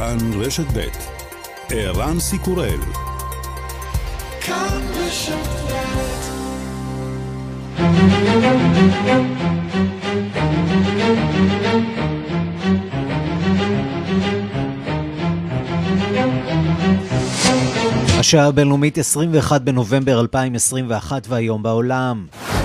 כאן רשת ב' ערן סיקורל. כאן רשת ב'. השעה הבינלאומית 21 בנובמבר 2021 והיום בעולם.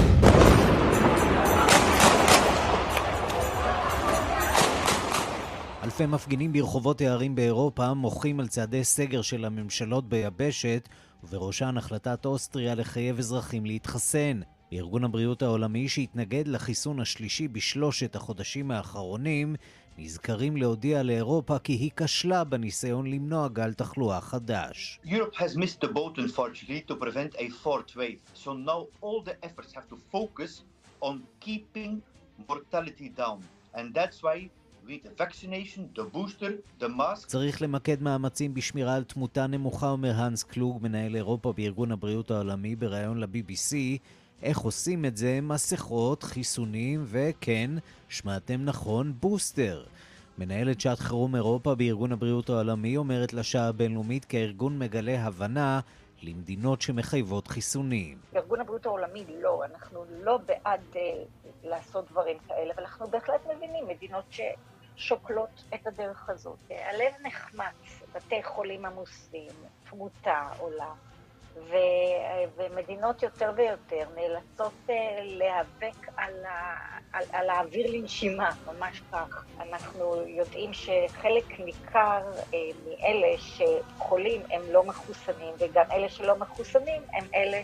אלפי מפגינים ברחובות הערים באירופה מוחים על צעדי סגר של הממשלות ביבשת, ובראשן החלטת אוסטריה לחייב אזרחים להתחסן. ארגון הבריאות העולמי שהתנגד לחיסון השלישי בשלושת החודשים האחרונים, נזכרים להודיע לאירופה כי היא כשלה בניסיון למנוע גל תחלואה חדש. Europe has missed the boat unfortunately to prevent a fourth wave. So now all the efforts have to focus on keeping mortality down. And that's why with the vaccination, the booster, the mask. צריך למקד מאמצים בשמירה על תמותה נמוכה, אומר הנס קלוג, מנהל אירופה בארגון הבריאות העולמי, בראיון ל-BBC. איך עושים את זה? מסכות, חיסונים וכן, שמעתם נכון, בוסטר. מנהלת שעת חירום אירופה בארגון הבריאות העולמי אומרת לשעה הבינלאומית כי הארגון מגלה הבנה למדינות שמחייבות חיסונים. בארגון הבריאות העולמי לא, אנחנו לא בעד לעשות דברים כאלה, אבל אנחנו בהחלט מבינים מדינות ששוקלות את הדרך הזאת. הלב נחמץ, בתי חולים עמוסים, תמותה עולה. ומדינות יותר ויותר נאלצות להיאבק על האוויר לנשימה, ממש כך. אנחנו יודעים שחלק ניכר מאלה שחולים הם לא מחוסנים, וגם אלה שלא מחוסנים הם אלה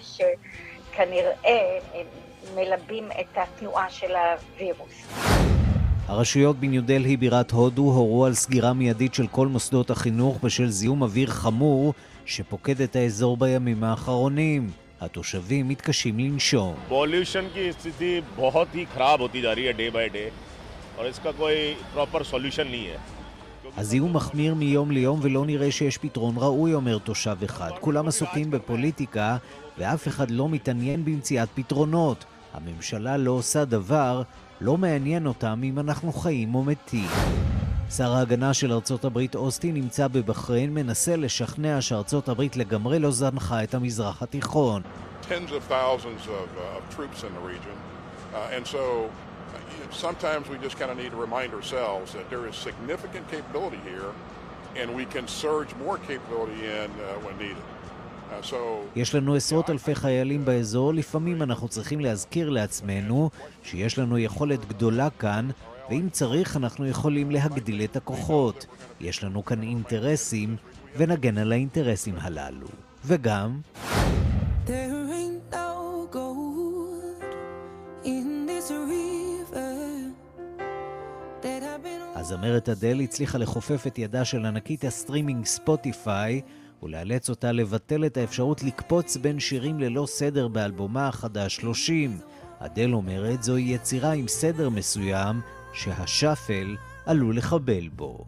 שכנראה מלבים את התנועה של הווירוס. הרשויות בניו דלהי בירת הודו הורו על סגירה מיידית של כל מוסדות החינוך בשל זיהום אוויר חמור שפוקד את האזור בימים האחרונים. התושבים מתקשים לנשום. पॉल्यूशन की स्थिति बहुत ही खराब होती जा रही है डे बाय डे और इसका कोई प्रॉपर सॉल्यूशन नहीं है. הזיהום מחמיר מיום ליום ולא נראה שיש פתרון ראוי, אומר תושב אחד. כולם עסוקים בפוליטיקה ואף אחד לא מתעניין במציאת פתרונות. הממשלה לא עושה דבר, לא מעניין אותם אם אנחנו חיים או מתים. שר ההגנה של ארצות הברית אוסטין נמצא בבחריין, מנסה לשכנע שארצות הברית לגמרי לא זנחה את המזרח התיכון. Tens of thousands of troops in the region. And so sometimes we just kind of need to remind ourselves that there is significant capability here and we can surge more capability in when needed. יש לנו עשרות אלפי חיילים באזור, לפעמים אנחנו צריכים להזכיר לעצמנו שיש לנו יכולת גדולה כאן, ואם צריך אנחנו יכולים להגדיל את הכוחות. יש לנו כאן אינטרסים ונגן על האינטרסים הללו. וגם הזמרת אדל הצליחה לחופף את ידה של ענקית הסטרימינג ספוטיפיי ולאלץ אותה לבטל את האפשרות לקפוץ בין שירים ללא סדר באלבומה החדש 30. אדל אומרת זוהי יצירה עם סדר מסוים שהשאפל עלול לחבל בו.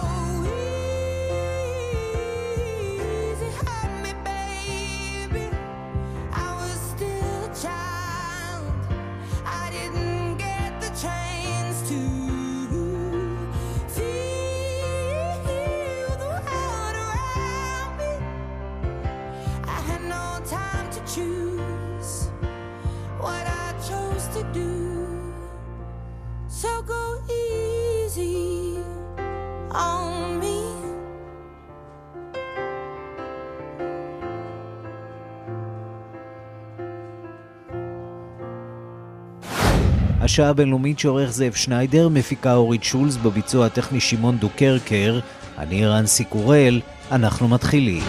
השעה הבינלאומית שעורך זאב שניידר, מפיקה אורית שולס, בביצוע הטכני שמעון דוקרקר. אני ערן סיקורל, אנחנו מתחילים.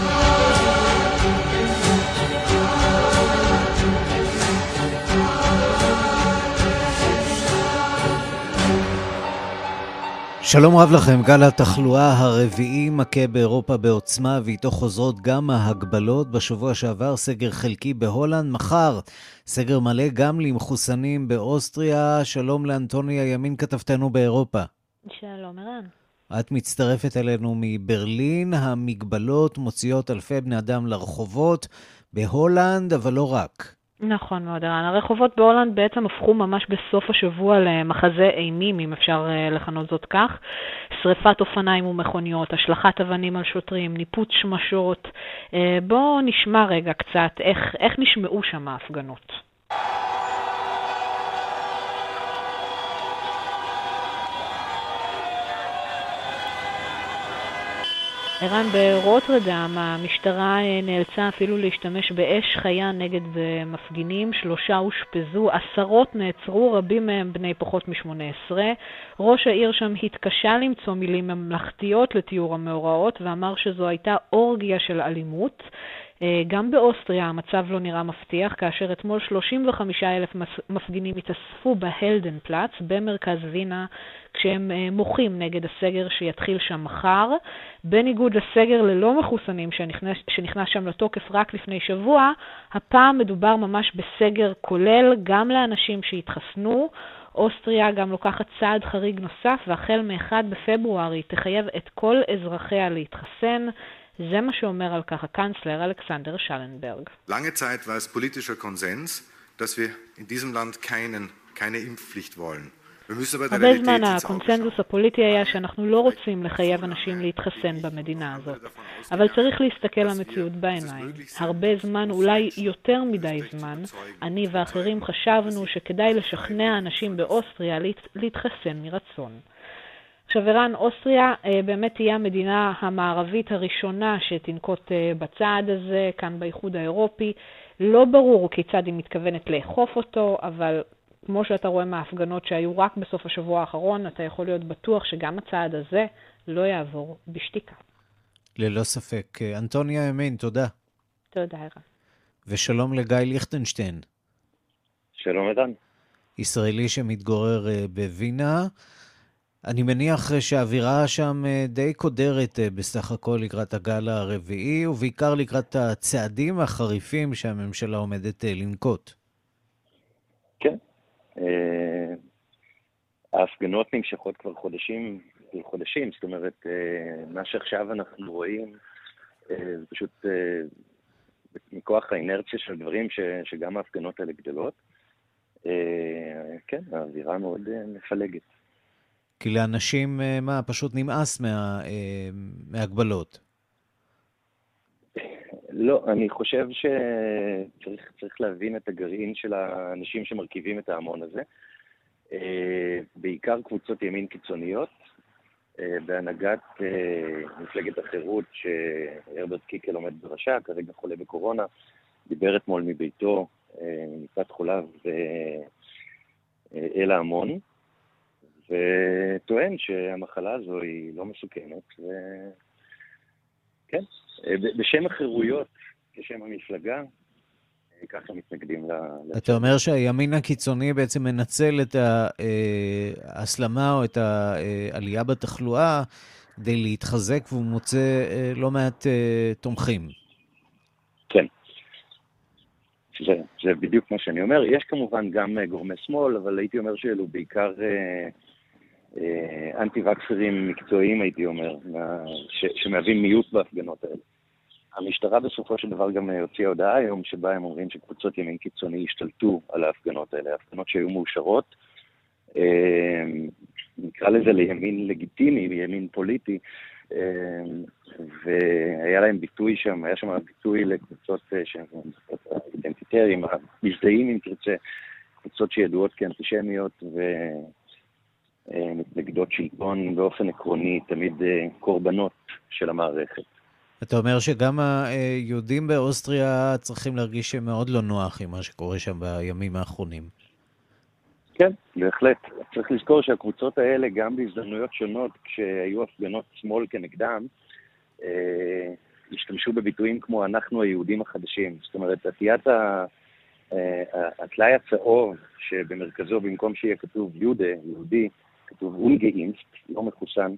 שלום רב לכם. גל התחלואה הרביעי מכה באירופה בעוצמה, ואיתו חוזרות גם ההגבלות. בשבוע שעבר סגר חלקי בהולנד, מחר סגר מלא גם למחוסנים באוסטריה. שלום לאנטוניה ימין, כתבתנו באירופה. שלום ערן. את מצטרפת אלינו מברלין. המגבלות מוציאות אלפי בני אדם לרחובות בהולנד, אבל לא רק. נכון מאוד, ערן. הרחובות בהולנד בעצם הפכו ממש בסוף השבוע למחזה אימים, אם אפשר לכנות זאת כך. שריפת אופניים ומכוניות, השלכת אבנים על שוטרים, ניפוץ שמשות. בואו נשמע רגע קצת איך נשמעו שם ההפגנות. ערן, ברוטרדם המשטרה נאלצה אפילו להשתמש באש חיה נגד מפגינים, 3 הושפזו, 10 נעצרו, רבים מהם בני פחות מ-18. ראש העיר שם התקשה למצוא מילים ממלכתיות לתיאור המאורעות ואמר שזו הייתה אורגיה של אלימות. גם באוסטריה המצב לא נראה מבטיח, כאשר אתמול 35,000 מפגינים התאספו בהלדנפלץ במרכז וינה, כשהם מוחים נגד הסגר שיתחיל שם מחר. בניגוד לסגר ללא מחוסנים שנכנס שם לתוקף רק לפני שבוע, הפעם מדובר ממש בסגר כולל גם לאנשים שהתחסנו. אוסטריה גם לוקחת צעד חריג נוסף, והחל מ-1 בפברואר היא תחייב את כל אזרחיה להתחסן. זה מה שאומר על כך הקנצלר אלכסנדר שלנברג. Lange Zeit war es politischer Konsens, dass wir in diesem Land keine Impfpflicht wollen. הרבה זמן הקונסנזוס הפוליטי היה שאנחנו לא רוצים לחייב אנשים להתחסן במדינה הזאת. אבל צריך להסתכל למציאות בעיניים. הרבה זמן, אולי יותר מדי זמן, אני ואחרים חשבנו שכדאי לשכנע אנשים באוסטריה להתחסן מרצון. עכשיו ערן, אוסטריה באמת תהיה המדינה המערבית הראשונה שתנקוט בצעד הזה, כאן באיחוד האירופי. לא ברור כיצד היא מתכוונת לאכוף אותו, אבל כמו שאתה רואה מההפגנות שהיו רק בסוף השבוע האחרון, אתה יכול להיות בטוח שגם הצעד הזה לא יעבור בשתיקה. ללא ספק. אנטוניה ימין, תודה. תודה, ערן. ושלום לגיא ליכטנשטיין. שלום ערן. ישראלי שמתגורר בווינה. אני מניח שהאווירה שם די קודרת בסך הכל לקראת הגל הרביעי, ובעיקר לקראת הצעדים החריפים שהממשלה עומדת לנקוט. כן. ההפגנות נמשכות כבר חודשים, זאת אומרת, מה שעכשיו אנחנו רואים, זה פשוט מכוח האינרציה של דברים שגם ההפגנות האלה גדלות. כן, האווירה מאוד מפלגת. כי לאנשים, פשוט נמאס מהגבלות? לא, אני חושב שצריך להבין את הגרעין של האנשים שמרכיבים את ההמון הזה. בעיקר קבוצות ימין קיצוניות, בהנהגת מפלגת החירות שהרברט קיקל עומד בראשה, כרגע חולה בקורונה, דיבר אתמול מביתו, מפת חולב אל ההמון, וטוען שהמחלה הזו היא לא מסוכנת, וכן, בשם החירויות, בשם המפלגה, ככה מתנגדים אתה אומר שהימין הקיצוני בעצם מנצל את ההסלמה או את העלייה בתחלואה כדי להתחזק, והוא מוצא לא מעט תומכים. כן. זה בדיוק מה שאני אומר. יש כמובן גם גורמי שמאל, אבל הייתי אומר שאלו בעיקר אנטי-וקסרים מקצועיים, הייתי אומר, שמהווים מיעוט בהפגנות האלה. המשטרה בסופו של דבר גם הוציאה הודעה היום שבה הם אומרים שקבוצות ימין קיצוני השתלטו על ההפגנות האלה, הפגנות שהיו מאושרות, נקרא לזה לימין לגיטימי, לימין פוליטי, והיה להם ביטוי שם, היה שם ביטוי לקבוצות אידנטיטריים, מזדהים אם תרצה, קבוצות שידועות כאנטישמיות ומתנגדות שלטון באופן עקרוני, תמיד קורבנות של המערכת. אתה אומר שגם היהודים באוסטריה צריכים להרגיש שמאוד לא נוח עם מה שקורה שם בימים האחרונים. כן, בהחלט. צריך לזכור שהקבוצות האלה, גם בהזדמנויות שונות, כשהיו הפגנות שמאל כנגדם, השתמשו בביטויים כמו אנחנו היהודים החדשים. זאת אומרת, עטיית הטלאי הצהוב, שבמרכזו במקום שיהיה כתוב יהודי, כתוב אונגאימפט, לא מחוסן,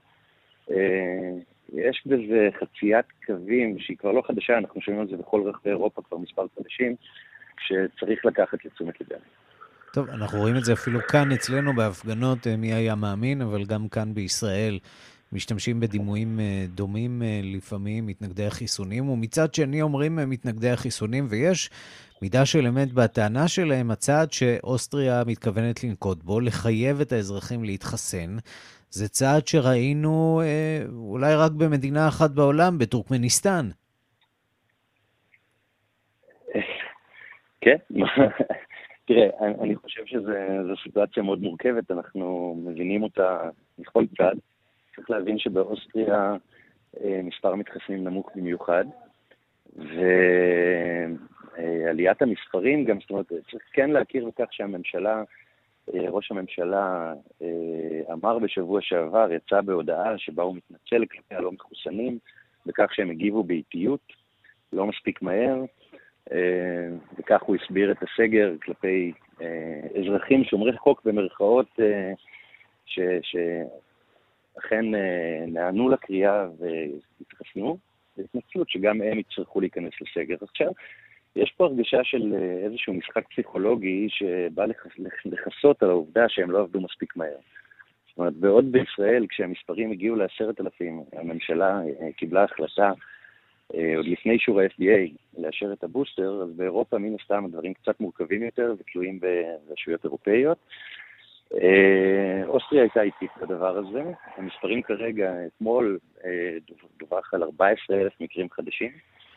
יש בזה חציית קווים שהיא כבר לא חדשה, אנחנו שומעים על זה בכל רחבי אירופה כבר מספר חודשים, שצריך לקחת לתשומת לבנו. טוב, אנחנו רואים את זה אפילו כאן אצלנו בהפגנות, מי היה מאמין, אבל גם כאן בישראל משתמשים בדימויים דומים לפעמים, מתנגדי החיסונים, ומצד שני אומרים מתנגדי החיסונים, ויש מידה של אמת בטענה שלהם, הצעד שאוסטריה מתכוונת לנקוט בו, לחייב את האזרחים להתחסן, זה צעד שראינו אולי רק במדינה אחת בעולם, בטורקמניסטן. כן, תראה, אני חושב שזו סיטואציה מאוד מורכבת, אנחנו מבינים אותה מכל צד. צריך להבין שבאוסטריה מספר מתחסנים נמוך במיוחד, ועליית המספרים גם, זאת אומרת, צריך כן להכיר בכך שהממשלה, ראש הממשלה אמר בשבוע שעבר, יצא בהודעה שבה הוא מתנצל כלפי הלא מחוסנים, בכך שהם הגיבו באיטיות, לא מספיק מהר, וכך הוא הסביר את הסגר כלפי אזרחים שומרי חוק במרכאות שאכן נענו לקריאה והתחסנו, והתנצלות שגם הם יצטרכו להיכנס לסגר. עכשיו, יש פה הרגשה של איזשהו משחק פסיכולוגי שבא לחסות על העובדה שהם לא עבדו מספיק מהר. זאת אומרת, בעוד בישראל, כשהמספרים הגיעו ל10,000, הממשלה קיבלה החלטה עוד לפני אישור ה-FDA לאשר את הבוסטר, אז באירופה מן הסתם הדברים קצת מורכבים יותר ותלויים ברשויות אירופאיות. אוסטריה הייתה איטית בדבר הזה. המספרים כרגע, אתמול דווח על 14,000 מקרים חדשים.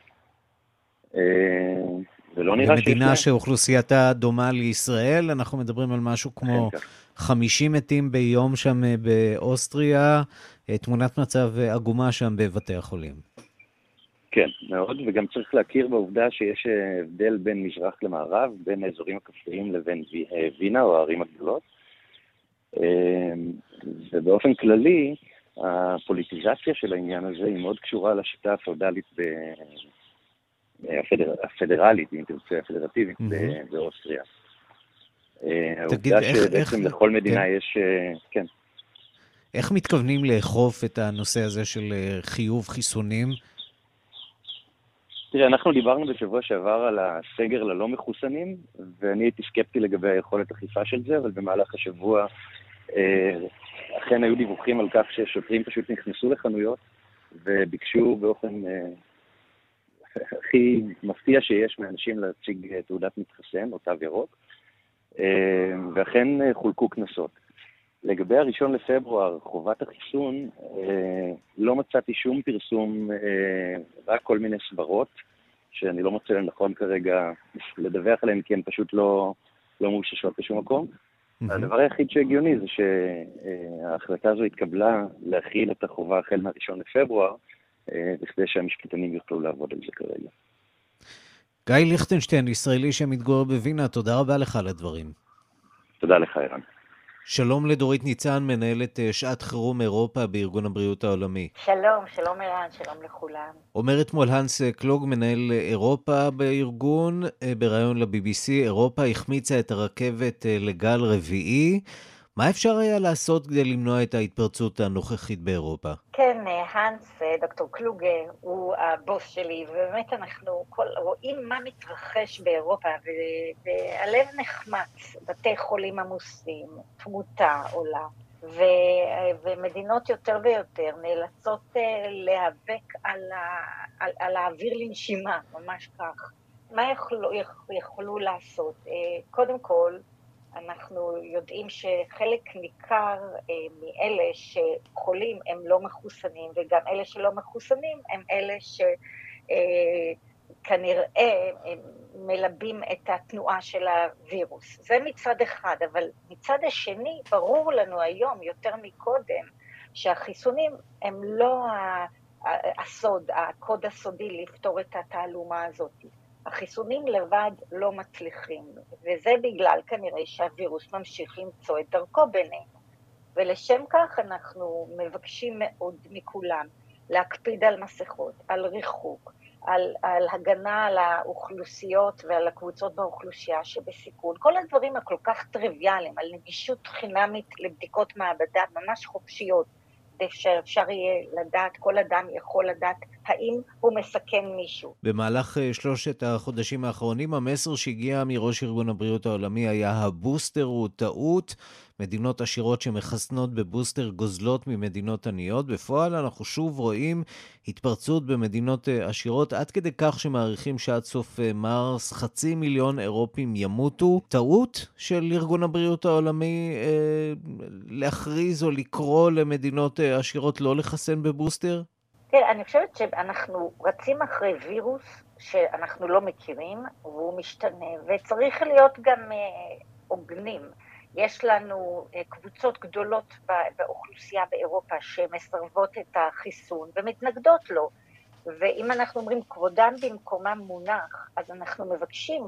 ולא נראה במדינה שאוכלוסייתה דומה לישראל, אנחנו מדברים על משהו כמו 50 מתים ביום שם באוסטריה, תמונת מצב עגומה שם בבתי החולים. כן, מאוד, וגם צריך להכיר בעובדה שיש הבדל בין מזרח למערב, בין האזורים הכפריים לבין וינה או הערים הגדולות. ובאופן כללי, הפוליטיזציה של העניין הזה היא מאוד קשורה לשיטה הפאודלית הפדרלית, אם תרצה, הפדרטיבית באוסטריה. העובדה שבעצם לכל מדינה יש... כן. איך מתכוונים לאכוף את הנושא הזה של חיוב חיסונים? תראה, אנחנו דיברנו בשבוע שעבר על הסגר ללא מחוסנים, ואני הייתי סקפטי לגבי היכולת אכיפה של זה, אבל במהלך השבוע אכן היו דיווחים על כך ששוטרים פשוט נכנסו לחנויות, וביקשו באופן הכי מפתיע שיש מאנשים להציג תעודת מתחסן או תו ירוק, ואכן חולקו קנסות. לגבי 1 לפברואר, חובת החיסון, לא מצאתי שום פרסום, רק כל מיני סברות, שאני לא מוצא לנכון כרגע לדווח עליהן, כי הן פשוט לא מאוששות בשום מקום. הדבר היחיד שהגיוני זה שההחלטה הזו התקבלה להכיל את החובה החל מה-1 לפברואר, בכדי שהמשפטנים יוכלו לעבוד על זה כרגע. גיא ליכטנשטיין, ישראלי שמתגורר בווינה, תודה רבה לך על הדברים. תודה לך, ערן. שלום לדורית ניצן, מנהלת שעת חירום אירופה בארגון הבריאות העולמי. שלום, שלום ערן, שלום לכולם. אומר אתמול הנס קלוג, מנהל אירופה בארגון, בראיון ל-BBC, אירופה החמיצה את הרכבת לגל רביעי. מה אפשר היה לעשות כדי למנוע את ההתפרצות הנוכחית באירופה? כן, הנס, דוקטור קלוגה, הוא הבוס שלי, ובאמת אנחנו רואים מה מתרחש באירופה, והלב נחמץ, בתי חולים עמוסים, תמותה עולה, ומדינות יותר ויותר נאלצות להיאבק על האוויר לנשימה, ממש כך. מה יכולו לעשות? קודם כל, אנחנו יודעים שחלק ניכר מאלה שחולים הם לא מחוסנים, וגם אלה שלא מחוסנים הם אלה שכנראה מלבים את התנועה של הווירוס. זה מצד אחד, אבל מצד השני ברור לנו היום יותר מקודם שהחיסונים הם לא הסוד, הקוד הסודי לפתור את התעלומה הזאת. החיסונים לבד לא מצליחים, וזה בגלל כנראה שהווירוס ממשיך למצוא את דרכו בינינו. ולשם כך אנחנו מבקשים מאוד מכולם להקפיד על מסכות, על ריחוק, על הגנה על האוכלוסיות ועל הקבוצות באוכלוסייה שבסיכון. כל הדברים הכל כך טריוויאליים, על נגישות חינמית לבדיקות מעבדה ממש חופשיות, שאפשר יהיה לדעת, כל אדם יכול לדעת האם הוא מסכן מישהו. במהלך 3 החודשים האחרונים, המסר שהגיע מראש ארגון הבריאות העולמי היה הבוסטר הוא טעות. מדינות עשירות שמחסנות בבוסטר גוזלות ממדינות עניות. בפועל אנחנו שוב רואים התפרצות במדינות עשירות, עד כדי כך שמעריכים שעד סוף מרס 500,000 אירופים ימותו. טעות של ארגון הבריאות העולמי להכריז או לקרוא למדינות עשירות לא לחסן בבוסטר? כן, אני חושבת שאנחנו רצים אחרי וירוס שאנחנו לא מכירים, והוא משתנה, וצריך להיות גם עוגנים. יש לנו קבוצות גדולות באוכלוסייה באירופה שמסרבות את החיסון ומתנגדות לו, ואם אנחנו אומרים כבודם במקומם מונח, אז אנחנו מבקשים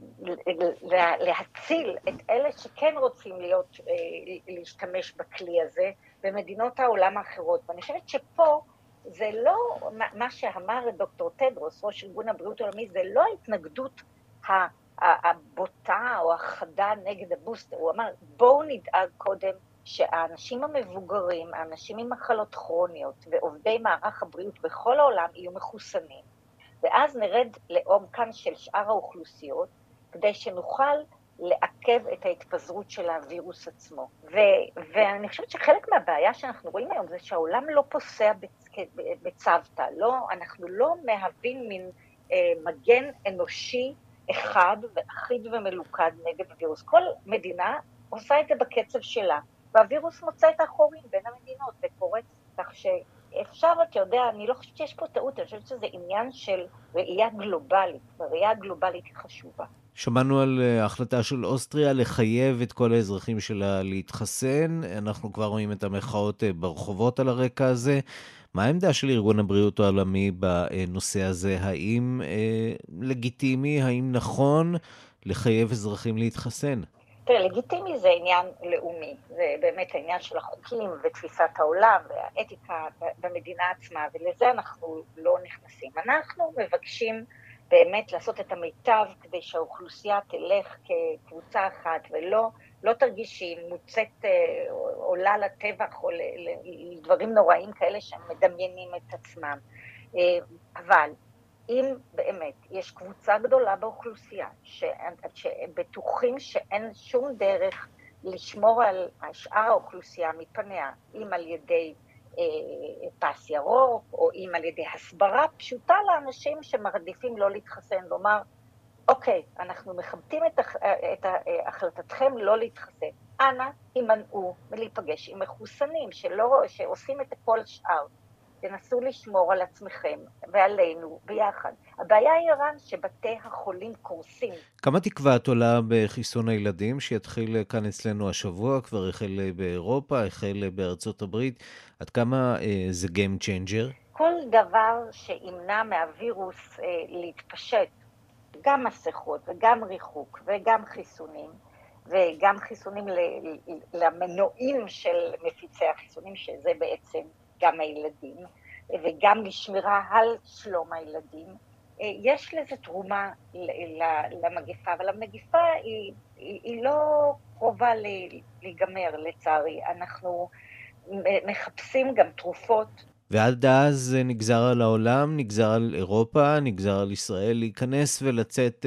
להציל את אלה שכן רוצים להשתמש בכלי הזה במדינות העולם האחרות. ואני חושבת שפה זה לא מה שאמר דוקטור טדרוס, ראש ארגון הבריאות העולמי, זה לא ההתנגדות הבוטה או החדה נגד הבוסטר. הוא אמר, בואו נדאג קודם שהאנשים המבוגרים, האנשים עם מחלות כרוניות ועובדי מערך הבריאות בכל העולם יהיו מחוסנים, ואז נרד לעומקן של שאר האוכלוסיות, כדי שנוכל לעכב את ההתפזרות של הווירוס עצמו. ואני חושבת שחלק מהבעיה שאנחנו רואים היום זה שהעולם לא פוסע בצוותא, אנחנו לא מהווים מין מגן אנושי אחד ואחיד ומלוכד נגד הווירוס. כל מדינה עושה את זה בקצב שלה, והווירוס מוצא את האחורים בין המדינות ופורץ, כך שאפשר, אתה יודע, אני לא חושבת שיש פה טעות, אני חושבת שזה עניין של ראייה גלובלית, והראייה הגלובלית היא חשובה. שמענו על ההחלטה של אוסטריה לחייב את כל האזרחים שלה להתחסן. אנחנו כבר רואים את המחאות ברחובות על הרקע הזה. מה העמדה של ארגון הבריאות העולמי בנושא הזה? האם לגיטימי, האם נכון לחייב אזרחים להתחסן? תראה, לגיטימי זה עניין לאומי. זה באמת העניין של החוקים ותפיסת העולם והאתיקה במדינה עצמה, ולזה אנחנו לא נכנסים. אנחנו מבקשים באמת לעשות את המיטב כדי שהאוכלוסייה תלך כקבוצה אחת ולא תרגיש שהיא מוצאת עולה לטבח או לדברים נוראים כאלה שהם מדמיינים את עצמם. אבל אם באמת יש קבוצה גדולה באוכלוסייה שבטוחים שאין שום דרך לשמור על שאר האוכלוסייה מפניה, אם על ידי פס ירוק, או אם על ידי הסברה פשוטה לאנשים שמעדיפים לא להתחסן, לומר, אוקיי, אנחנו מכבדים את החלטתכם לא להתחסן. אנא, הימנעו מלהיפגש עם מחוסנים, שעושים את כל שאר. תנסו לשמור על עצמכם ועלינו ביחד. הבעיה היא איראן שבתי החולים קורסים. כמה תקווה את עולה בחיסון הילדים שיתחיל כאן אצלנו השבוע, כבר החל באירופה, החל בארצות הברית, עד כמה זה game changer? כל דבר שימנע מהווירוס להתפשט, גם מסכות וגם ריחוק וגם חיסונים, וגם חיסונים למנועים של מפיצי החיסונים, שזה בעצם גם הילדים, וגם לשמירה על שלום הילדים. יש לזה תרומה למגיפה, אבל המגיפה היא לא קרובה להיגמר, לצערי. אנחנו מחפשים גם תרופות. ועד אז נגזר על העולם, נגזר על אירופה, נגזר על ישראל להיכנס ולצאת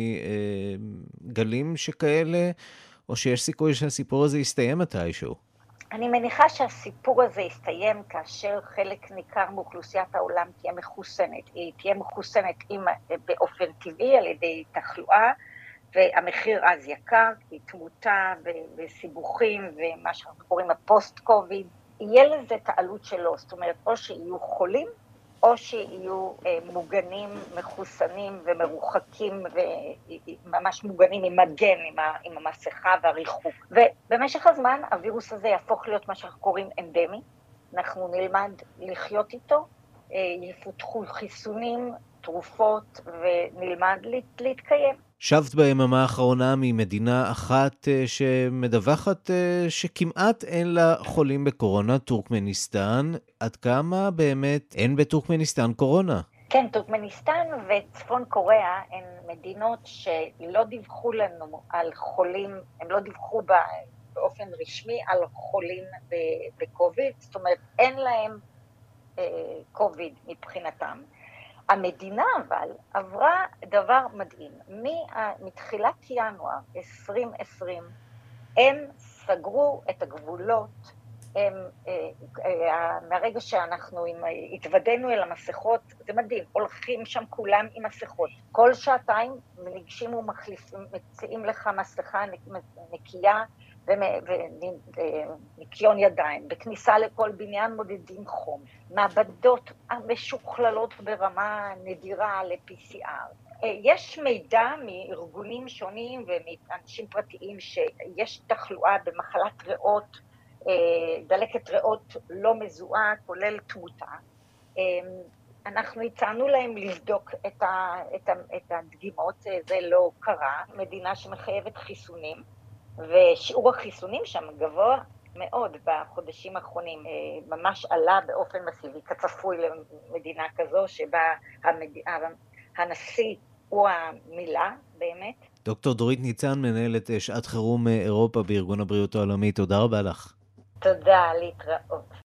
מגלים שכאלה, או שיש סיכוי שהסיפור הזה יסתיים מתישהו? אני מניחה שהסיפור הזה יסתיים כאשר חלק ניכר מאוכלוסיית העולם תהיה מחוסנת. היא תהיה מחוסנת באופן טבעי על ידי תחלואה, והמחיר אז יקר, כי תמותה וסיבוכים ומה שאנחנו קוראים הפוסט-קוביד, יהיה לזה את העלות שלו. זאת אומרת, או שיהיו חולים, או שיהיו מוגנים, מחוסנים ומרוחקים וממש מוגנים עם מגן, עם המסכה והריחוק. ובמשך הזמן הווירוס הזה יהפוך להיות מה שאנחנו קוראים אנדמי. אנחנו נלמד לחיות איתו, יפותחו חיסונים, תרופות ונלמד להתקיים. שבת ביממה האחרונה ממדינה אחת שמדווחת שכמעט אין לה חולים בקורונה, טורקמניסטן. עד כמה באמת אין בטורקמניסטן קורונה? כן, טורקמניסטן וצפון קוריאה הן מדינות שלא דיווחו לנו על חולים, הם לא דיווחו באופן רשמי על חולים בקוביד, זאת אומרת אין להם קוביד מבחינתם. המדינה אבל עברה דבר מדהים. מתחילת ינואר 2020 אין סגרו את הגבולות, מהרגע שאנחנו התוודענו אל המסכות, זה מדהים, הולכים שם כולם עם מסכות. כל שעתיים ניגשים ומציעים לך מסכה נקייה וניקיון ידיים. בכניסה לכל בניין מודדים חום. מעבדות משוכללות ברמה נדירה ל-PCR. יש מידע מארגונים שונים ומאנשים פרטיים שיש תחלואה במחלת ריאות, דלקת ריאות לא מזוהה, כולל תמותה. אנחנו הצענו להם לבדוק את הדגימות, זה לא קרה. מדינה שמחייבת חיסונים, ושיעור החיסונים שם גבוה מאוד בחודשים האחרונים, ממש עלה באופן מסיבי, כצפוי למדינה כזו שבה הנשיא הוא המילה באמת. דוקטור דורית ניצן, מנהלת שעת חירום אירופה בארגון הבריאות העולמי, תודה רבה לך. תודה, להתראות.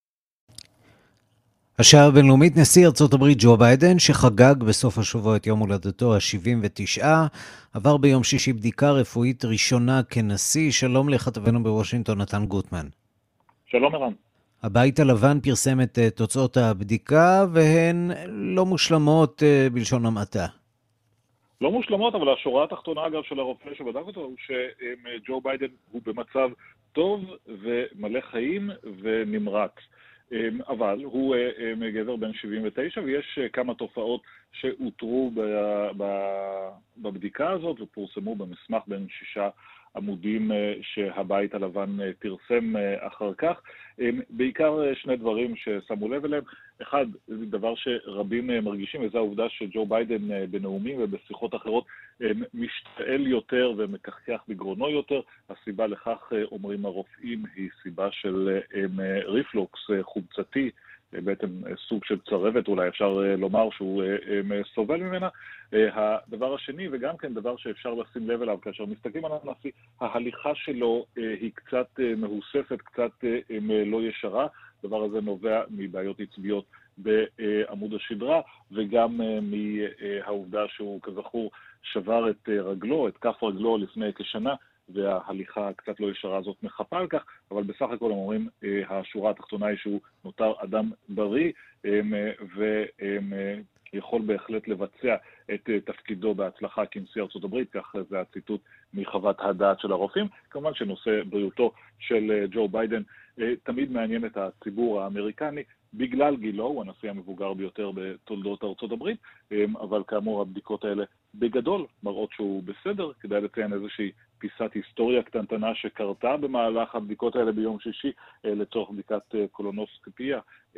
השעה הבינלאומית, נשיא ארצות הברית ג'ו ביידן, שחגג בסוף השבוע את יום הולדתו ה-79, עבר ביום שישי בדיקה רפואית ראשונה כנשיא. שלום לכתבנו בוושינגטון, נתן גוטמן. שלום ערן. הבית הלבן פרסם את תוצאות הבדיקה, והן לא מושלמות בלשון המעטה. לא מושלמות, אבל השורה התחתונה אגב של הרופא שבדק אותו הוא שג'ו ביידן הוא במצב טוב ומלא חיים ונמרץ. אבל הוא גבר בן 79 ויש כמה תופעות שאותרו בבדיקה הזאת ופורסמו במסמך בין 6 עמודים שהבית הלבן פרסם אחר כך. בעיקר 2 דברים ששמו לב אליהם. אחד, זה דבר שרבים מרגישים, וזה העובדה שג'ו ביידן בנאומים ובשיחות אחרות משתעל יותר ומקחקח בגרונו יותר. הסיבה לכך, אומרים הרופאים, היא סיבה של ריפלוקס חומצתי, בעצם סוג של צרבת, אולי אפשר לומר שהוא סובל ממנה. הדבר השני, וגם כן דבר שאפשר לשים לב אליו כאשר מסתכלים על הנשיא, ההליכה שלו היא קצת מהוספת, קצת לא ישרה. הדבר הזה נובע מבעיות עצביות בעמוד השדרה, וגם מהעובדה שהוא כזכור שבר את רגלו, את כף רגלו לפני כשנה, וההליכה קצת לא ישרה הזאת מחפה על כך, אבל בסך הכל אומרים, השורה התחתונה היא שהוא נותר אדם בריא, ויכול בהחלט לבצע את תפקידו בהצלחה כנשיא ארצות הברית, כך זה הציטוט מחוות הדעת של הרופאים. כמובן שנושא בריאותו של ג'ו ביידן תמיד מעניין את הציבור האמריקני, בגלל גילו, הוא הנשיא המבוגר ביותר בתולדות ארצות הברית, אבל כאמור הבדיקות האלה בגדול מראות שהוא בסדר. כדאי לציין איזושהי פיסת היסטוריה קטנטנה שקרתה במהלך הבדיקות האלה ביום שישי לצורך בדיקת קולונוסקופיה.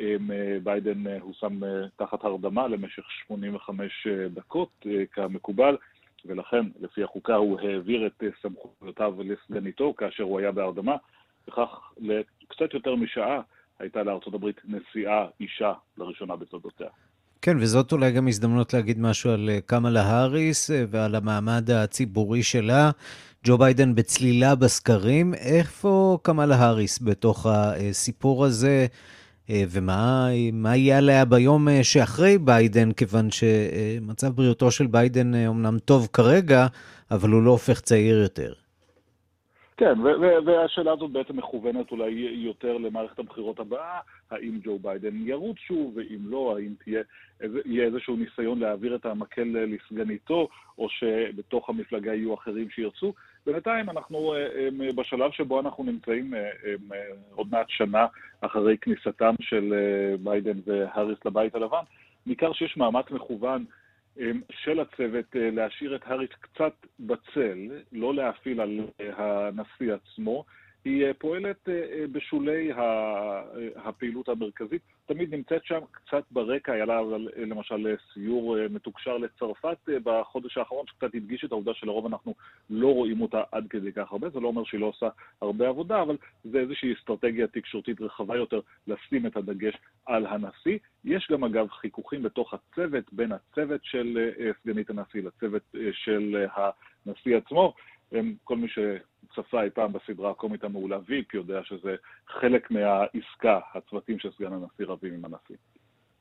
ביידן הושם תחת הרדמה למשך 85 דקות כמקובל, ולכן לפי החוקה הוא העביר את סמכויותיו לסגניתו כאשר הוא היה בהרדמה. וכך לקצת יותר משעה הייתה לארצות הברית נשיאה אישה לראשונה בתולדותיה. כן, וזאת אולי גם הזדמנות להגיד משהו על קמאלה האריס ועל המעמד הציבורי שלה. ג'ו ביידן בצלילה בסקרים. איפה קמאלה האריס בתוך הסיפור הזה, ומה יהיה עליה ביום שאחרי ביידן, כיוון שמצב בריאותו של ביידן אומנם טוב כרגע, אבל הוא לא הופך צעיר יותר. כן, והשאלה הזאת בעצם מכוונת אולי יותר למערכת הבחירות הבאה, האם ג'ו ביידן ירוץ שוב, ואם לא, האם יהיה איזשהו ניסיון להעביר את המקל לסגניתו, או שבתוך המפלגה יהיו אחרים שירצו. בינתיים אנחנו בשלב שבו אנחנו נמצאים עוד מעט שנה אחרי כניסתם של ביידן והאריס לבית הלבן, ניכר שיש מאמץ מכוון של הצוות להשאיר את האריס קצת בצל, לא להפעיל על הנשיא עצמו. היא פועלת בשולי הפעילות המרכזית, תמיד נמצאת שם קצת ברקע. היה לה למשל סיור מתוקשר לצרפת בחודש האחרון, שקצת הדגיש את העובדה שלרוב אנחנו לא רואים אותה עד כדי כך הרבה. זה לא אומר שהיא לא עושה הרבה עבודה, אבל זה איזושהי אסטרטגיה תקשורתית רחבה יותר לשים את הדגש על הנשיא. יש גם אגב חיכוכים בתוך הצוות, בין הצוות של סגנית הנשיא לצוות של הנשיא עצמו. כל מי שצפה אי פעם בסדרה הקומית המעולה ויפ יודע שזה חלק מהעסקה, הצוותים של סגן הנשיא רבים עם הנשיא.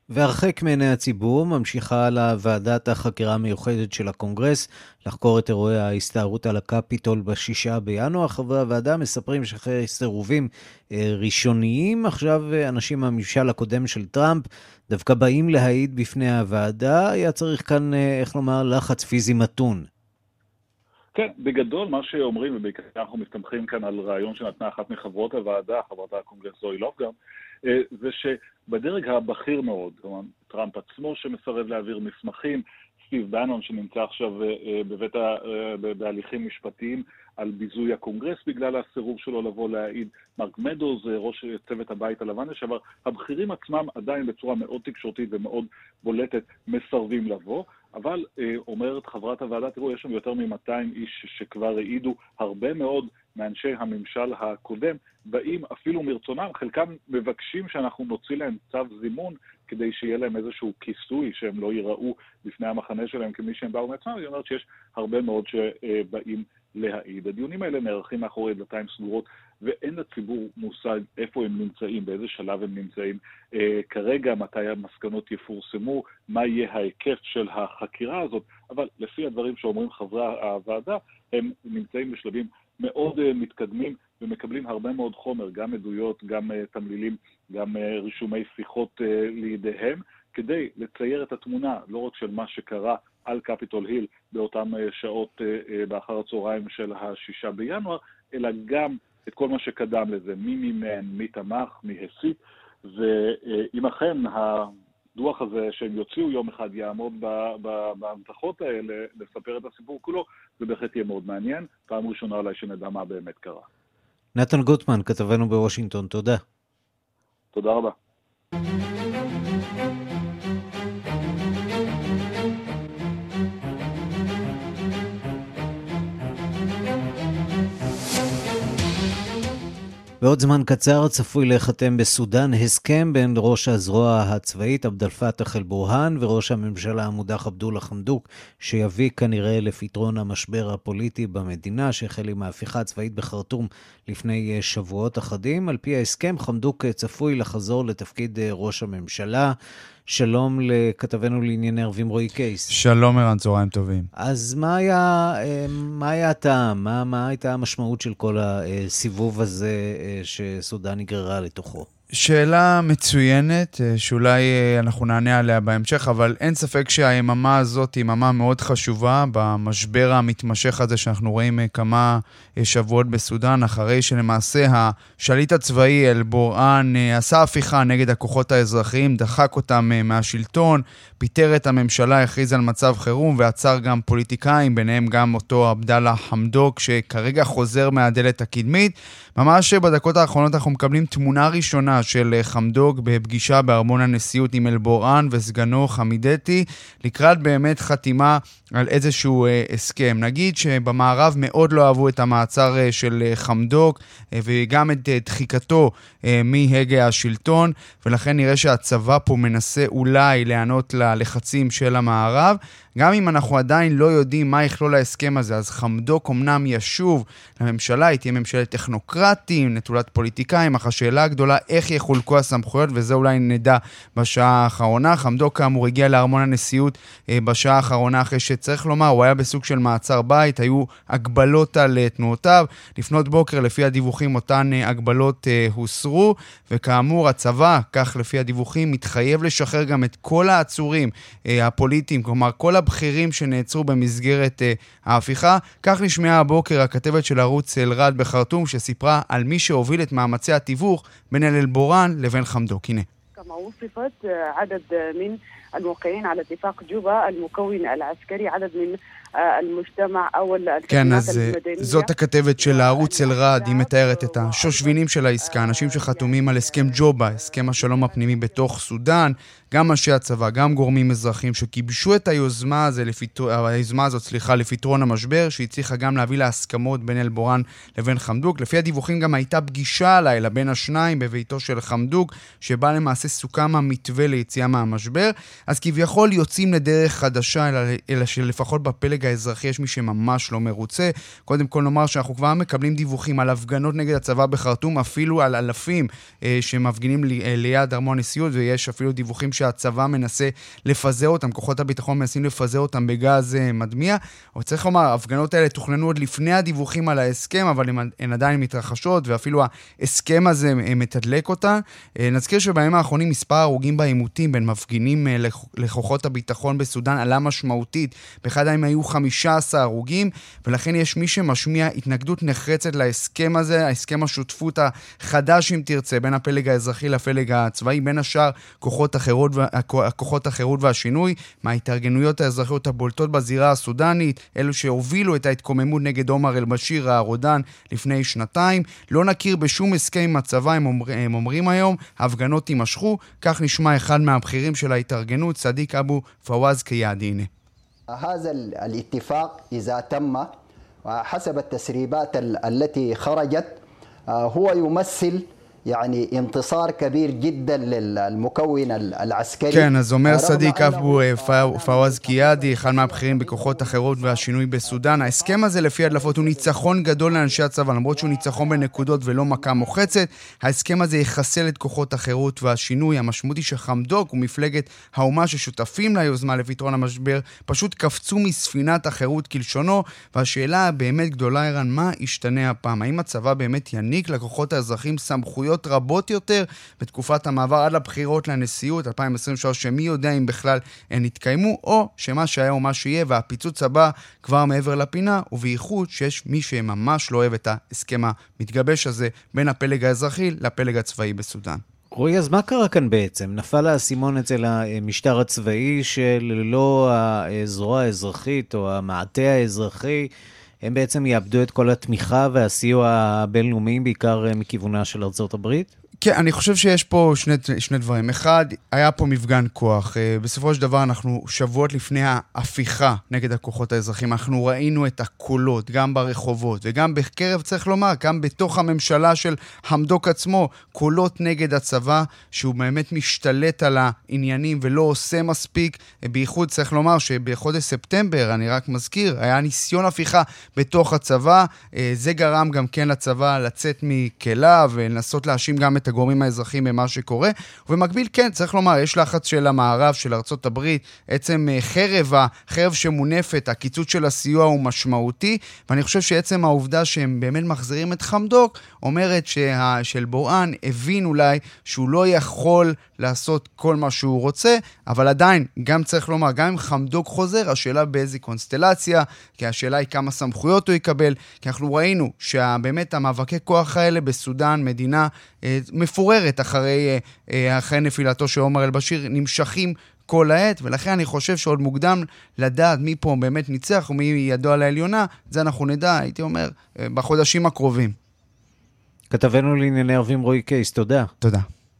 והרחק מעיני הציבור ממשיכה לוועדת החקירה המיוחדת של הקונגרס לחקור את אירועי ההסתערות על הקפיטול ב6 בינואר. חברי הוועדה מספרים שאחרי סירובים ראשוניים, עכשיו אנשים מהממשל הקודם של טראמפ דווקא באים להעיד בפני הוועדה. היה צריך כאן, איך לומר, לחץ פיזי מתון. כן, בגדול מה שאומרים, ובעיקר אנחנו מסתמכים כאן על רעיון שנתנה אחת מחברות הוועדה, חברת הקונגרס זוהי לובגן, זה שבדרג הבכיר מאוד, כלומר, טראמפ עצמו שמסרב להעביר מסמכים, סטיב בנון שנמצא עכשיו בהליכים משפטיים על ביזוי הקונגרס בגלל הסירוב שלו לבוא להעיד, מרק מדוז, ראש צוות הבית הלבן לשעבר, הבכירים עצמם עדיין בצורה מאוד תקשורתית ומאוד בולטת מסרבים לבוא, אבל אומרת חברת הוועדה, תראו, יש שם יותר מ-200 איש שכבר העידו, הרבה מאוד מאנשי הממשל הקודם באים אפילו מרצונם, חלקם מבקשים שאנחנו נוציא להם צו זימון כדי שיהיה להם איזשהו כיסוי שהם לא ייראו בפני המחנה שלהם כמי שהם באו מעצמם. היא אומרת שיש הרבה מאוד שבאים להעיד. הדיונים האלה נערכים מאחורי דלתיים סגורות ואין לציבור מושג איפה הם נמצאים, באיזה שלב הם נמצאים כרגע, מתי המסקנות יפורסמו, מה יהיה ההיקף של החקירה הזאת, אבל לפי הדברים שאומרים חברי הוועדה, הם נמצאים בשלבים מאוד מתקדמים ומקבלים הרבה מאוד חומר, גם עדויות, גם תמלילים, גם רישומי שיחות לידיהם, כדי לצייר את התמונה לא רק של מה שקרה על קפיטול היל באותם שעות באחר הצהריים של 6 בינואר, אלא גם את כל מה שקדם לזה, מי מימן, מי תמך, מי הסית, ואם אכן הדוח הזה שהם יוציאו יום אחד יעמוד בהבטחות האלה, לספר את הסיפור כולו, זה בהחלט יהיה מאוד מעניין. פעם ראשונה אולי שנדע מה באמת קרה. נתן גוטמן, כתבנו בוושינגטון, תודה. תודה רבה. בעוד זמן קצר צפוי להיחתם בסודאן הסכם בין ראש הזרוע הצבאית עבד אל-פתאח אל-בורהאן וראש הממשלה המודח עבדולה חמדוק, שיביא כנראה לפתרון המשבר הפוליטי במדינה שהחל עם ההפיכה הצבאית בחרטום לפני שבועות אחדים. על פי ההסכם חמדוק צפוי לחזור לתפקיד ראש הממשלה. שלום לכתבנו לענייני ערבים רועי קייס. שלום ערן, צהריים טובים. אז מה היה הטעם? מה הייתה המשמעות של כל הסיבוב הזה שסודן נגררה לתוכו? שאלה מצוינת, שאולי אנחנו נענה עליה בהמשך, אבל אין ספק שהיממה הזאת היא יממה מאוד חשובה במשבר המתמשך הזה שאנחנו רואים כמה שבועות בסודן, אחרי שלמעשה השליט הצבאי אל-בורהאן עשה הפיכה נגד הכוחות האזרחיים, דחק אותם מהשלטון, פיטר את הממשלה, הכריז על מצב חירום ועצר גם פוליטיקאים, ביניהם גם אותו עבדאללה חמדוק שכרגע חוזר מהדלת הקדמית. ממש בדקות האחרונות אנחנו מקבלים תמונה ראשונה של חמדוק בפגישה בארמון הנשיאות עם אל-בורהאן וסגנו חמידתי, לקראת באמת חתימה על איזשהו הסכם. נגיד שבמערב מאוד לא אהבו את המעצר של חמדוק וגם את דחיקתו מהגה השלטון, ולכן נראה שהצבא פה מנסה אולי לענות ללחצים של המערב. גם אם אנחנו עדיין לא יודעים מה יכלול ההסכם הזה, אז חמדוק אמנם ישוב לממשלה, היא תהיה ממשלת טכנוקרטים, נטולת פוליטיקאים, אך השאלה הגדולה איך יחולקו הסמכויות, וזה אולי נדע בשעה האחרונה. חמדוק כאמור הגיע לארמון הנשיאות בשעה האחרונה, אחרי שצריך לומר, הוא היה בסוג של מעצר בית, היו הגבלות על תנועותיו, לפנות בוקר לפי הדיווחים אותן הגבלות הוסרו, וכאמור הצבא, כך לפי הדיווחים, מתחייב לשחרר גם את כל העצורים הפוליטיים, כלומר כל הבכירים שנעצרו במסגרת ההפיכה. כך נשמעה הבוקר הכתבת של ערוץ אל-רעד בחרטום, שסיפרה על מי שהוביל את מאמצי התיווך בין אל-בורהאן לבין חמדוק. הנה. كما وصفت عدد من الموقعين على اتفاق جوبا المكون العسكري عدد من المجتمع او כן, אז זאת הכתבת של הערוץ אל-רעד, היא מתארת את השושבינים של העסקה, אנשים שחתומים על הסכם ג'ובה, הסכם השלום הפנימי בתוך סודן, גם אנשי הצבא, גם גורמים אזרחים שקיבשו את היוזמה הזאת לפתרון המשבר, שהצליחה גם להביא להסכמות בין אל-בורהאן לבין חמדוק. לפי הדיווחים גם הייתה פגישה הלילה בין השניים בביתו של חמדוק, שבה למעשה סוכם המתווה ליציאה מהמשבר. אז כביכול יוצאים לדרך חדשה, אלא שלפחות בפלג הפלג האזרחי יש מי שממש לא מרוצה. קודם כל נאמר שאנחנו כבר מקבלים דיווחים על הפגנות נגד הצבא בחרטום, אפילו על אלפים שמפגינים ליד ארמון הנשיאות, ויש אפילו דיווחים שהצבא מנסה לפזר אותם, כוחות הביטחון מנסים לפזר אותם בגז מדמיע. אבל צריך לומר, ההפגנות האלה תוכננו עוד לפני הדיווחים על ההסכם, אבל הן עדיין מתרחשות, ואפילו ההסכם הזה מתדלק אותה. נזכיר שבימים האחרונים מספר הרוגים בעימותים בין מפגינים לכוחות הביטחון בסודן עלה משמעותית. באחד הימים היו 15 הרוגים, ולכן יש מי שמשמיע התנגדות נחרצת להסכם הזה, ההסכם השותפות החדש אם תרצה, בין הפלג האזרחי לפלג הצבאי, בין השאר כוחות החירות והשינוי, מההתארגנויות האזרחיות הבולטות בזירה הסודנית, אלו שהובילו את ההתקוממות נגד עומר אל-בשיר הרודן לפני שנתיים. לא נכיר בשום הסכם עם הצבא, הם אומרים היום, ההפגנות יימשכו. כך נשמע אחד מהבכירים של ההתארגנות, צדיק אבו פווז קיאדיני. هذا الاتفاق إذا تم حسب التسريبات التي خرجت هو يمثل يعني انتصار كبير جدا للمكون العسكري. כן, אז אומר סדיק אבו פווז קיאדי, אחד מהבכירים בכוחות החירות והשינוי בסודן. ההסכם הזה לפי הדלפות הוא ניצחון גדול לאנשי הצבא, למרות שהוא ניצחון בנקודות ולא מכה מוחצת. ההסכם הזה יחסל את כוחות החירות והשינוי. המשמעות היא שחמדוק ומפלגת האומה ששותפים ליוזמה לפתרון המשבר פשוט קפצו מספינת החירות כלשונו, והשאלה באמת גדולה איראן, מה ישתנה הפעם? האם הצבא באמת יעניק לכוחות האזרחים סמכויות רבות יותר בתקופת המעבר עד לבחירות לנשיאות 2023, שמי יודע אם בכלל הן יתקיימו, או שמה שהיה או מה שיהיה, והפיצוץ הבא כבר מעבר לפינה, ובייחוד שיש מי שממש לא אוהב את ההסכם המתגבש הזה בין הפלג האזרחי לפלג הצבאי בסודן. רועי, אז מה קרה כאן בעצם? נפל האסימון אצל המשטר הצבאי שללא הזרוע האזרחית או המעטה האזרחי, הם בעצם יאבדו את כל התמיכה והסיוע הבינלאומיים, בעיקר מכיוונה של ארצות הברית? כן, אני חושב שיש פה שני דברים. אחד, היה פה מפגן כוח. בסופו של דבר אנחנו שבועות לפני ההפיכה נגד הכוחות האזרחים. אנחנו ראינו את הקולות, גם ברחובות, וגם בקרב, צריך לומר, גם בתוך הממשלה של חמדוק עצמו, קולות נגד הצבא, שהוא באמת משתלט על העניינים ולא עושה מספיק. בייחוד צריך לומר שבחודש ספטמבר, אני רק מזכיר, היה ניסיון הפיכה בתוך הצבא. זה גרם גם כן לצבא לצאת מכליו ולנסות להאשים גם את הגורמים האזרחיים במה שקורה, ובמקביל כן, צריך לומר, יש לחץ של המערב, של ארצות הברית, עצם חרב שמונפת, הקיצוץ של הסיוע הוא משמעותי, ואני חושב שעצם העובדה שהם באמת מחזירים את חמדוק, אומרת של בוראן הבין אולי שהוא לא יכול לעשות כל מה שהוא רוצה, אבל עדיין, גם צריך לומר, גם אם חמדוק חוזר, השאלה באיזה קונסטלציה, כי השאלה היא כמה סמכויות הוא יקבל, כי אנחנו ראינו שבאמת המאבקי כוח האלה בסודן, מדינה מפוררת אחרי נפילתו של עומר אל-בשיר, נמשכים כל העת, ולכן אני חושב שעוד מוקדם לדעת מי פה באמת ניצח ומי ידו על העליונה, זה אנחנו נדע, הייתי אומר, בחודשים הקרובים. כתבנו לענייני ערבים רועי קייס, תודה. תודה.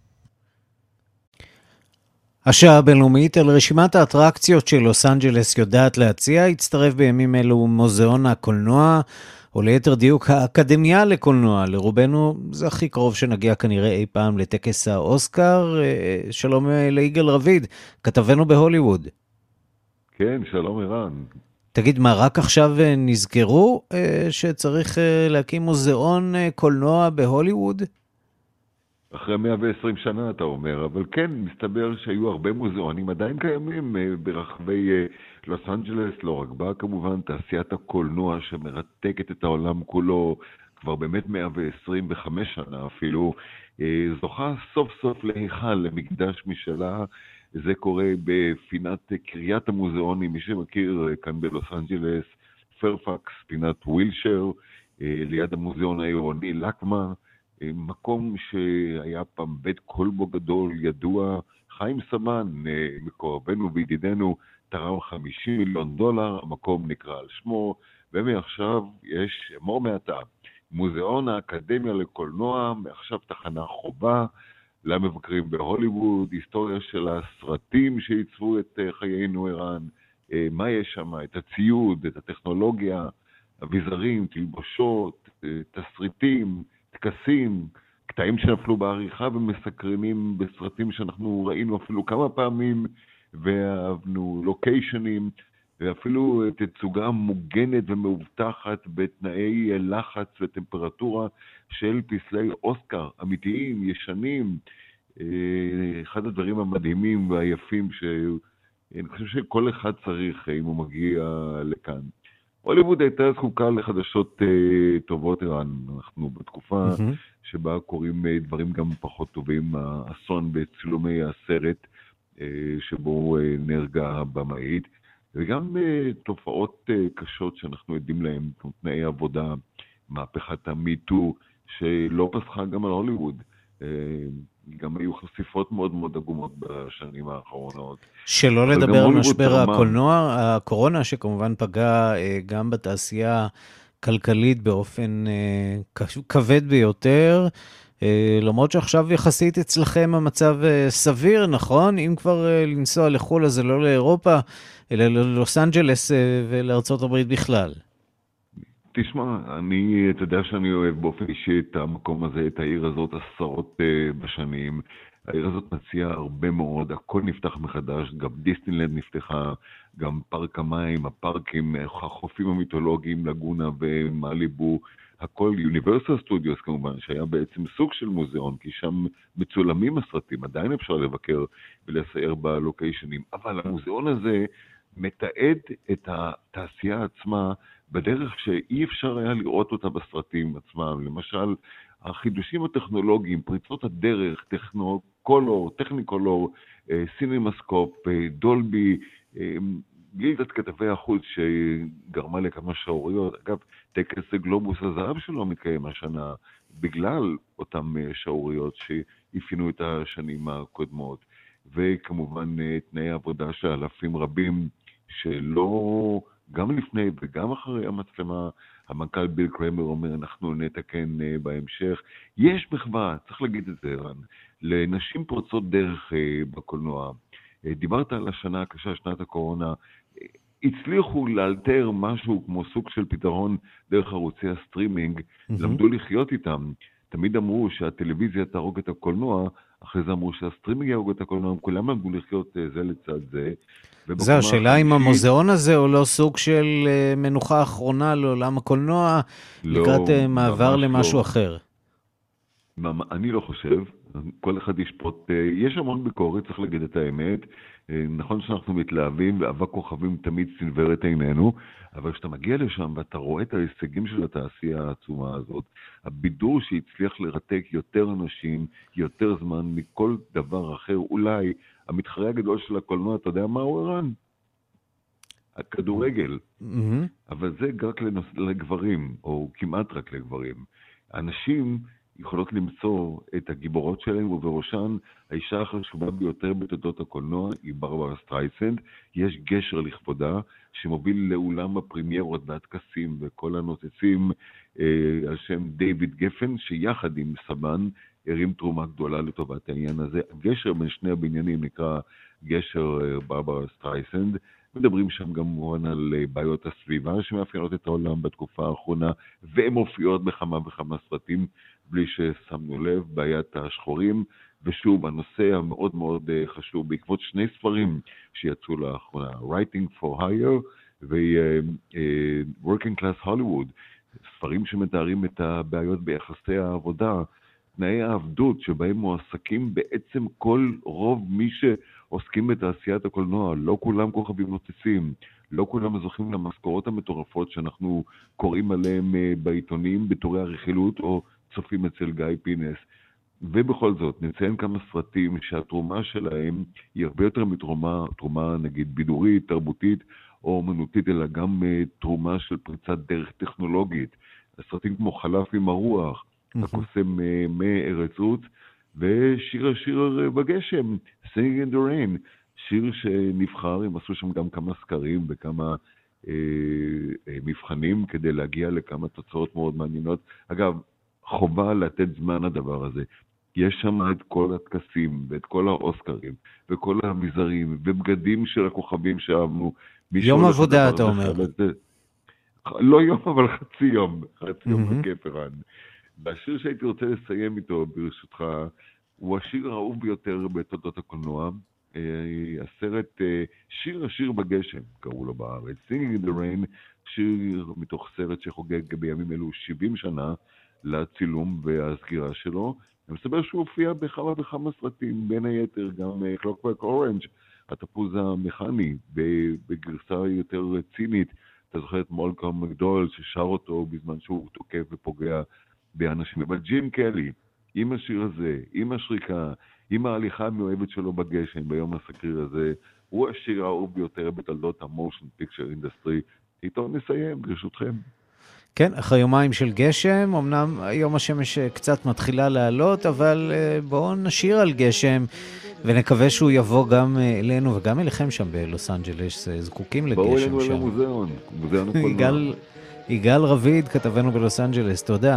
השעה הבינלאומית על רשימת האטרקציות של לוס אנג'לס יודעת להציע, הצטרף בימים אלו מוזיאון הקולנוע, או ליתר דיוק האקדמיה לקולנוע. לרובנו זה הכי קרוב שנגיע כנראה אי פעם לטקס האוסקר. שלום ליגאל רביד, כתבנו בהוליווד. כן, שלום ערן. תגיד, מה, רק עכשיו נזכרו שצריך להקים מוזיאון קולנוע בהוליווד? אחרי 120 שנה אתה אומר, אבל כן, מסתבר שהיו הרבה מוזיאונים עדיין קיימים ברחבי לוס אנג'לס, לא רק בה כמובן, תעשיית הקולנוע שמרתקת את העולם כולו כבר באמת 125 שנה אפילו, זוכה סוף סוף להיכל, למקדש משלה. זה קורה בפינת קריית המוזיאונים, מי שמכיר כאן בלוס אנג'לס, פרפקס, פינת ווילשר, ליד המוזיאון העירוני לקמה, מקום שהיה פעם בית קולבו גדול, ידוע. חיים סמן, מקורבנו וידידנו, תרם $50 מיליון, המקום נקרא על שמו, ומעכשיו יש אמור מעתה, מוזיאון האקדמיה לקולנוע, מעכשיו תחנה חובה למבקרים בהוליווד, היסטוריה של הסרטים שעיצבו את חיינו ערן, מה יש שם, את הציוד, את הטכנולוגיה, אביזרים, תלבושות, תסריטים, טקסים, קטעים שנפלו בעריכה ומסקרנים בסרטים שאנחנו ראינו אפילו כמה פעמים, ואהבנו לוקיישנים, ואפילו תצוגה מוגנת ומאובטחת בתנאי לחץ וטמפרטורה של פסלי אוסקר, אמיתיים, ישנים. אחד הדברים המדהימים והיפים שאני חושב שכל אחד צריך אם הוא מגיע לכאן. הוליווד הייתה זקוקה לחדשות טובות, ערן. אנחנו בתקופה שבה קוראים דברים גם פחות טובים, האסון בצילומי הסרט שבו נהרגה במאית, וגם תופעות קשות שאנחנו עדים להן, תנאי עבודה, מהפכת המיטו, שלא פסחה גם על הוליווד. גם היו חשיפות מאוד מאוד עגומות בשנים האחרונות. שלא לדבר על משבר הקולנוע, הקורונה שכמובן פגע גם בתעשייה כלכלית באופן כבד ביותר, למרות שעכשיו יחסית אצלכם המצב סביר, נכון? אם כבר לנסוע לחול, אז זה לא לאירופה, אלא ללוס אנג'לס ולארצות הברית בכלל. תשמע, אתה יודע שאני אוהב באופן אישי את המקום הזה, את העיר הזאת עשרות בשנים. העיר הזאת מציעה הרבה מאוד, הכל נפתח מחדש, גם דיסנילנד נפתחה, גם פארק המים, הפארקים, החופים המיתולוגיים, לגונה ומאליבו, הכל, יוניברסל סטודיוס כמובן, שהיה בעצם סוג של מוזיאון, כי שם מצולמים הסרטים, עדיין אפשר לבקר ולסייר בלוקיישנים, אבל המוזיאון הזה מתעד את התעשייה עצמה, בדרך שאי אפשר היה לראות אותה בסרטים עצמם. למשל, החידושים הטכנולוגיים, פריצות הדרך, טכניקולור, סינמסקופ, דולבי, גילדת כתבי החוץ שגרמה לכמה שעוריות. אגב, טקס גלובוס הזהב שלו מתקיים השנה, בגלל אותם שעוריות שאפיינו את השנים הקודמות. וכמובן, תנאי עבודה של אלפים רבים שלא... גם לפני וגם אחרי המצלמה, המנכ"ל ביל קרמר אומר, אנחנו נתקן בהמשך. יש מחווה, צריך להגיד את זה, ערן, לנשים פורצות דרך בקולנוע. דיברת על השנה הקשה, שנת הקורונה, הצליחו לאלתר משהו כמו סוג של פתרון דרך ערוצי הסטרימינג, למדו לחיות איתם. תמיד אמרו שהטלוויזיה תהרוג את הקולנוע, אחרי זה אמרו שהסטרימינג יהרוג את הקולנוע, כולם למדו לחיות זה לצד זה. זה השאלה אם המוזיאון הזה הוא לא סוג של מנוחה אחרונה לעולם הקולנוע, לקראת מעבר למשהו אחר. אני לא חושב, כל אחד ישפוט, יש המון ביקורת, צריך להגיד את האמת, נכון שאנחנו מתלהבים ואבק כוכבים תמיד סנבר את עינינו, אבל כשאתה מגיע לשם ואתה רואה את ההישגים של התעשייה העצומה הזאת, הבידור שהצליח לרתק יותר אנשים, יותר זמן מכל דבר אחר, אולי המתחרה הגדול של הקולנוע, אתה יודע מה הוא, ערן? הכדורגל. אבל זה רק לגברים, או כמעט רק לגברים. אנשים יכולות למצוא את הגיבורות שלהם, ובראשן האישה החשובה ביותר בתולדות הקולנוע היא ברברה סטרייסנד. יש גשר לכבודה שמוביל לאולם הפרימיירות והטקסים וכל הנוצצים על שם דיוויד גפן, שיחד עם סבן הרים תרומה גדולה לטובת העניין הזה. הגשר בין שני הבניינים נקרא גשר ברברה סטרייסנד. מדברים שם גם על בעיות הסביבה שמאפיינות את העולם בתקופה האחרונה, והן מופיעות בכמה וכמה סרטים בלי ששמנו לב, בעיית השחורים, ושוב, הנושא המאוד מאוד חשוב, בעקבות שני ספרים שיצאו לאחרונה, Writing for Hire ו-Working Class Hollywood, ספרים שמתארים את הבעיות ביחסי העבודה, תנאי העבדות שבהם מועסקים בעצם רוב מי שעוסקים בתעשיית הקולנוע, לא כולם כוכבים נוצצים, לא כולם זוכים למשכורות המטורפות שאנחנו קוראים עליהם בעיתונים, בתורי הרכילות או צופים אצל גיא פינס. ובכל זאת, נציין כמה סרטים שהתרומה שלהם היא הרבה יותר תרומה נגיד בידורית, תרבותית או אומנותית, אלא גם תרומה של פריצת דרך טכנולוגית. סרטים כמו חלף עם הרוח, הקוסם מארץ עוץ, ושיר בגשם, Singing in the Rain, שיר שנבחר, הם עשו שם גם כמה סקרים וכמה מבחנים כדי להגיע לכמה תוצאות מאוד מעניינות. אגב, חובה לתת זמן לדבר הזה. יש שם את כל הטקסים ואת כל האוסקרים וכל המזרים ובגדים של הכוכבים שאהבנו. יום עבודה אתה אומר. לא יום, אבל חצי יום בכיף, ערן. והשיר שהייתי רוצה לסיים איתו ברשותך, הוא השיר האהוב ביותר בתולדות הקולנוע, הסרט שיר השיר בגשם, קראו לו בארץ, Singing in the Rain, שיר מתוך סרט שחוגג בימים אלו 70 שנה לצילום והסגירה שלו. אני מסבר שהוא הופיע בכמה וכמה סרטים, בין היתר גם Clockwork Orange, התפוז המכני, בגרסה יותר צינית. אתה זוכר את מולקום מקדול ששר אותו בזמן שהוא תוקף ופוגע באנשים. אבל ג'ים קלי, עם השיר הזה, עם השריקה, עם ההליכה המאוהבת שלו בגשם ביום הסקריר הזה, הוא השיר האהוב ביותר בתולדות המושן פיקצ'ר אינדסטרי. איתו נסיים, ברשותכם. כן, אחרי יומיים של גשם, אמנם היום השמש קצת מתחילה לעלות, אבל בואו נשיר על גשם, ונקווה שהוא יבוא גם אלינו וגם אליכם שם בלוס אנג'לס, זקוקים לגשם שם. בואו אלינו למוזיאון, מוזיאון הקולנוע. יגאל רביד, כתבנו בלוס אנג'לס, תודה.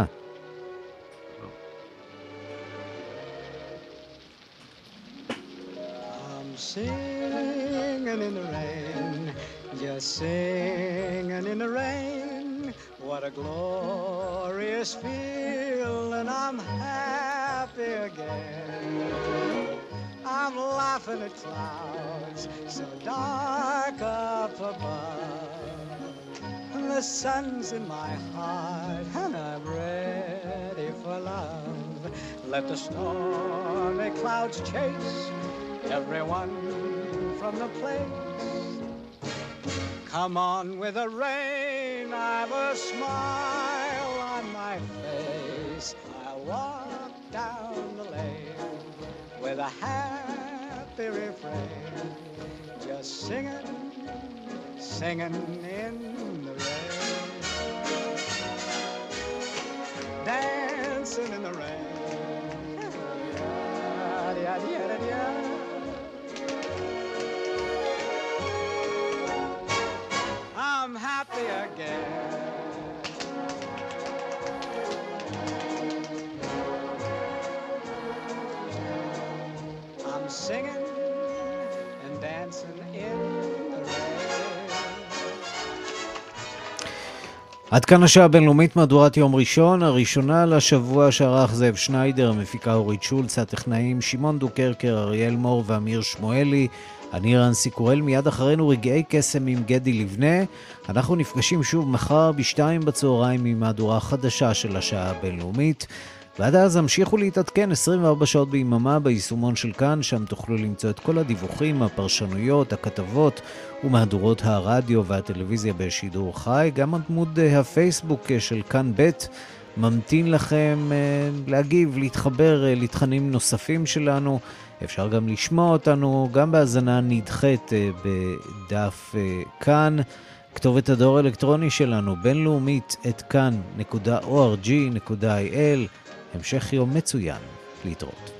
Singing in the rain, just singing in the rain. What a glorious feeling, I'm happy again. I'm laughing at clouds so dark up above. And the sun's in my heart and I'm ready for love. Let the stormy clouds chase everyone from the place. Come on with the rain, I've a smile on my face. I'll walk down the lane with a happy refrain, just singing, singing in the rain, dancing in the rain. I'm happy again. I'm singing and dancing in the rain. עד כאן השעה הבינלאומית מהדורת יום ראשון, הראשונה לשבוע שערך זאב שניידר, המפיקה אורית שולץ, הטכנאים שמעון דוקרקר, אריאל מור ואמיר שמואלי. אני רנסי קורל, מיד אחרינו רגעי קסם עם גדי לבנה. אנחנו נפגשים שוב מחר ב-2 בצהריים עם מהדורה חדשה של השעה הבינלאומית. ועד אז המשיכו להתעדכן 24 שעות ביממה ביישומון של כאן, שם תוכלו למצוא את כל הדיווחים, הפרשנויות, הכתבות ומהדורות הרדיו והטלוויזיה בשידור חי. גם עמוד הפייסבוק של כאן ב' ממתין לכם להגיב, להתחבר לתכנים נוספים שלנו. אפשר גם לשמוע אותנו גם בהזנה נדחית בדף כאן. כתובת הדואר האלקטרוני שלנו בינלאומית@kan.org.il. המשך יום מצוין. להתראות.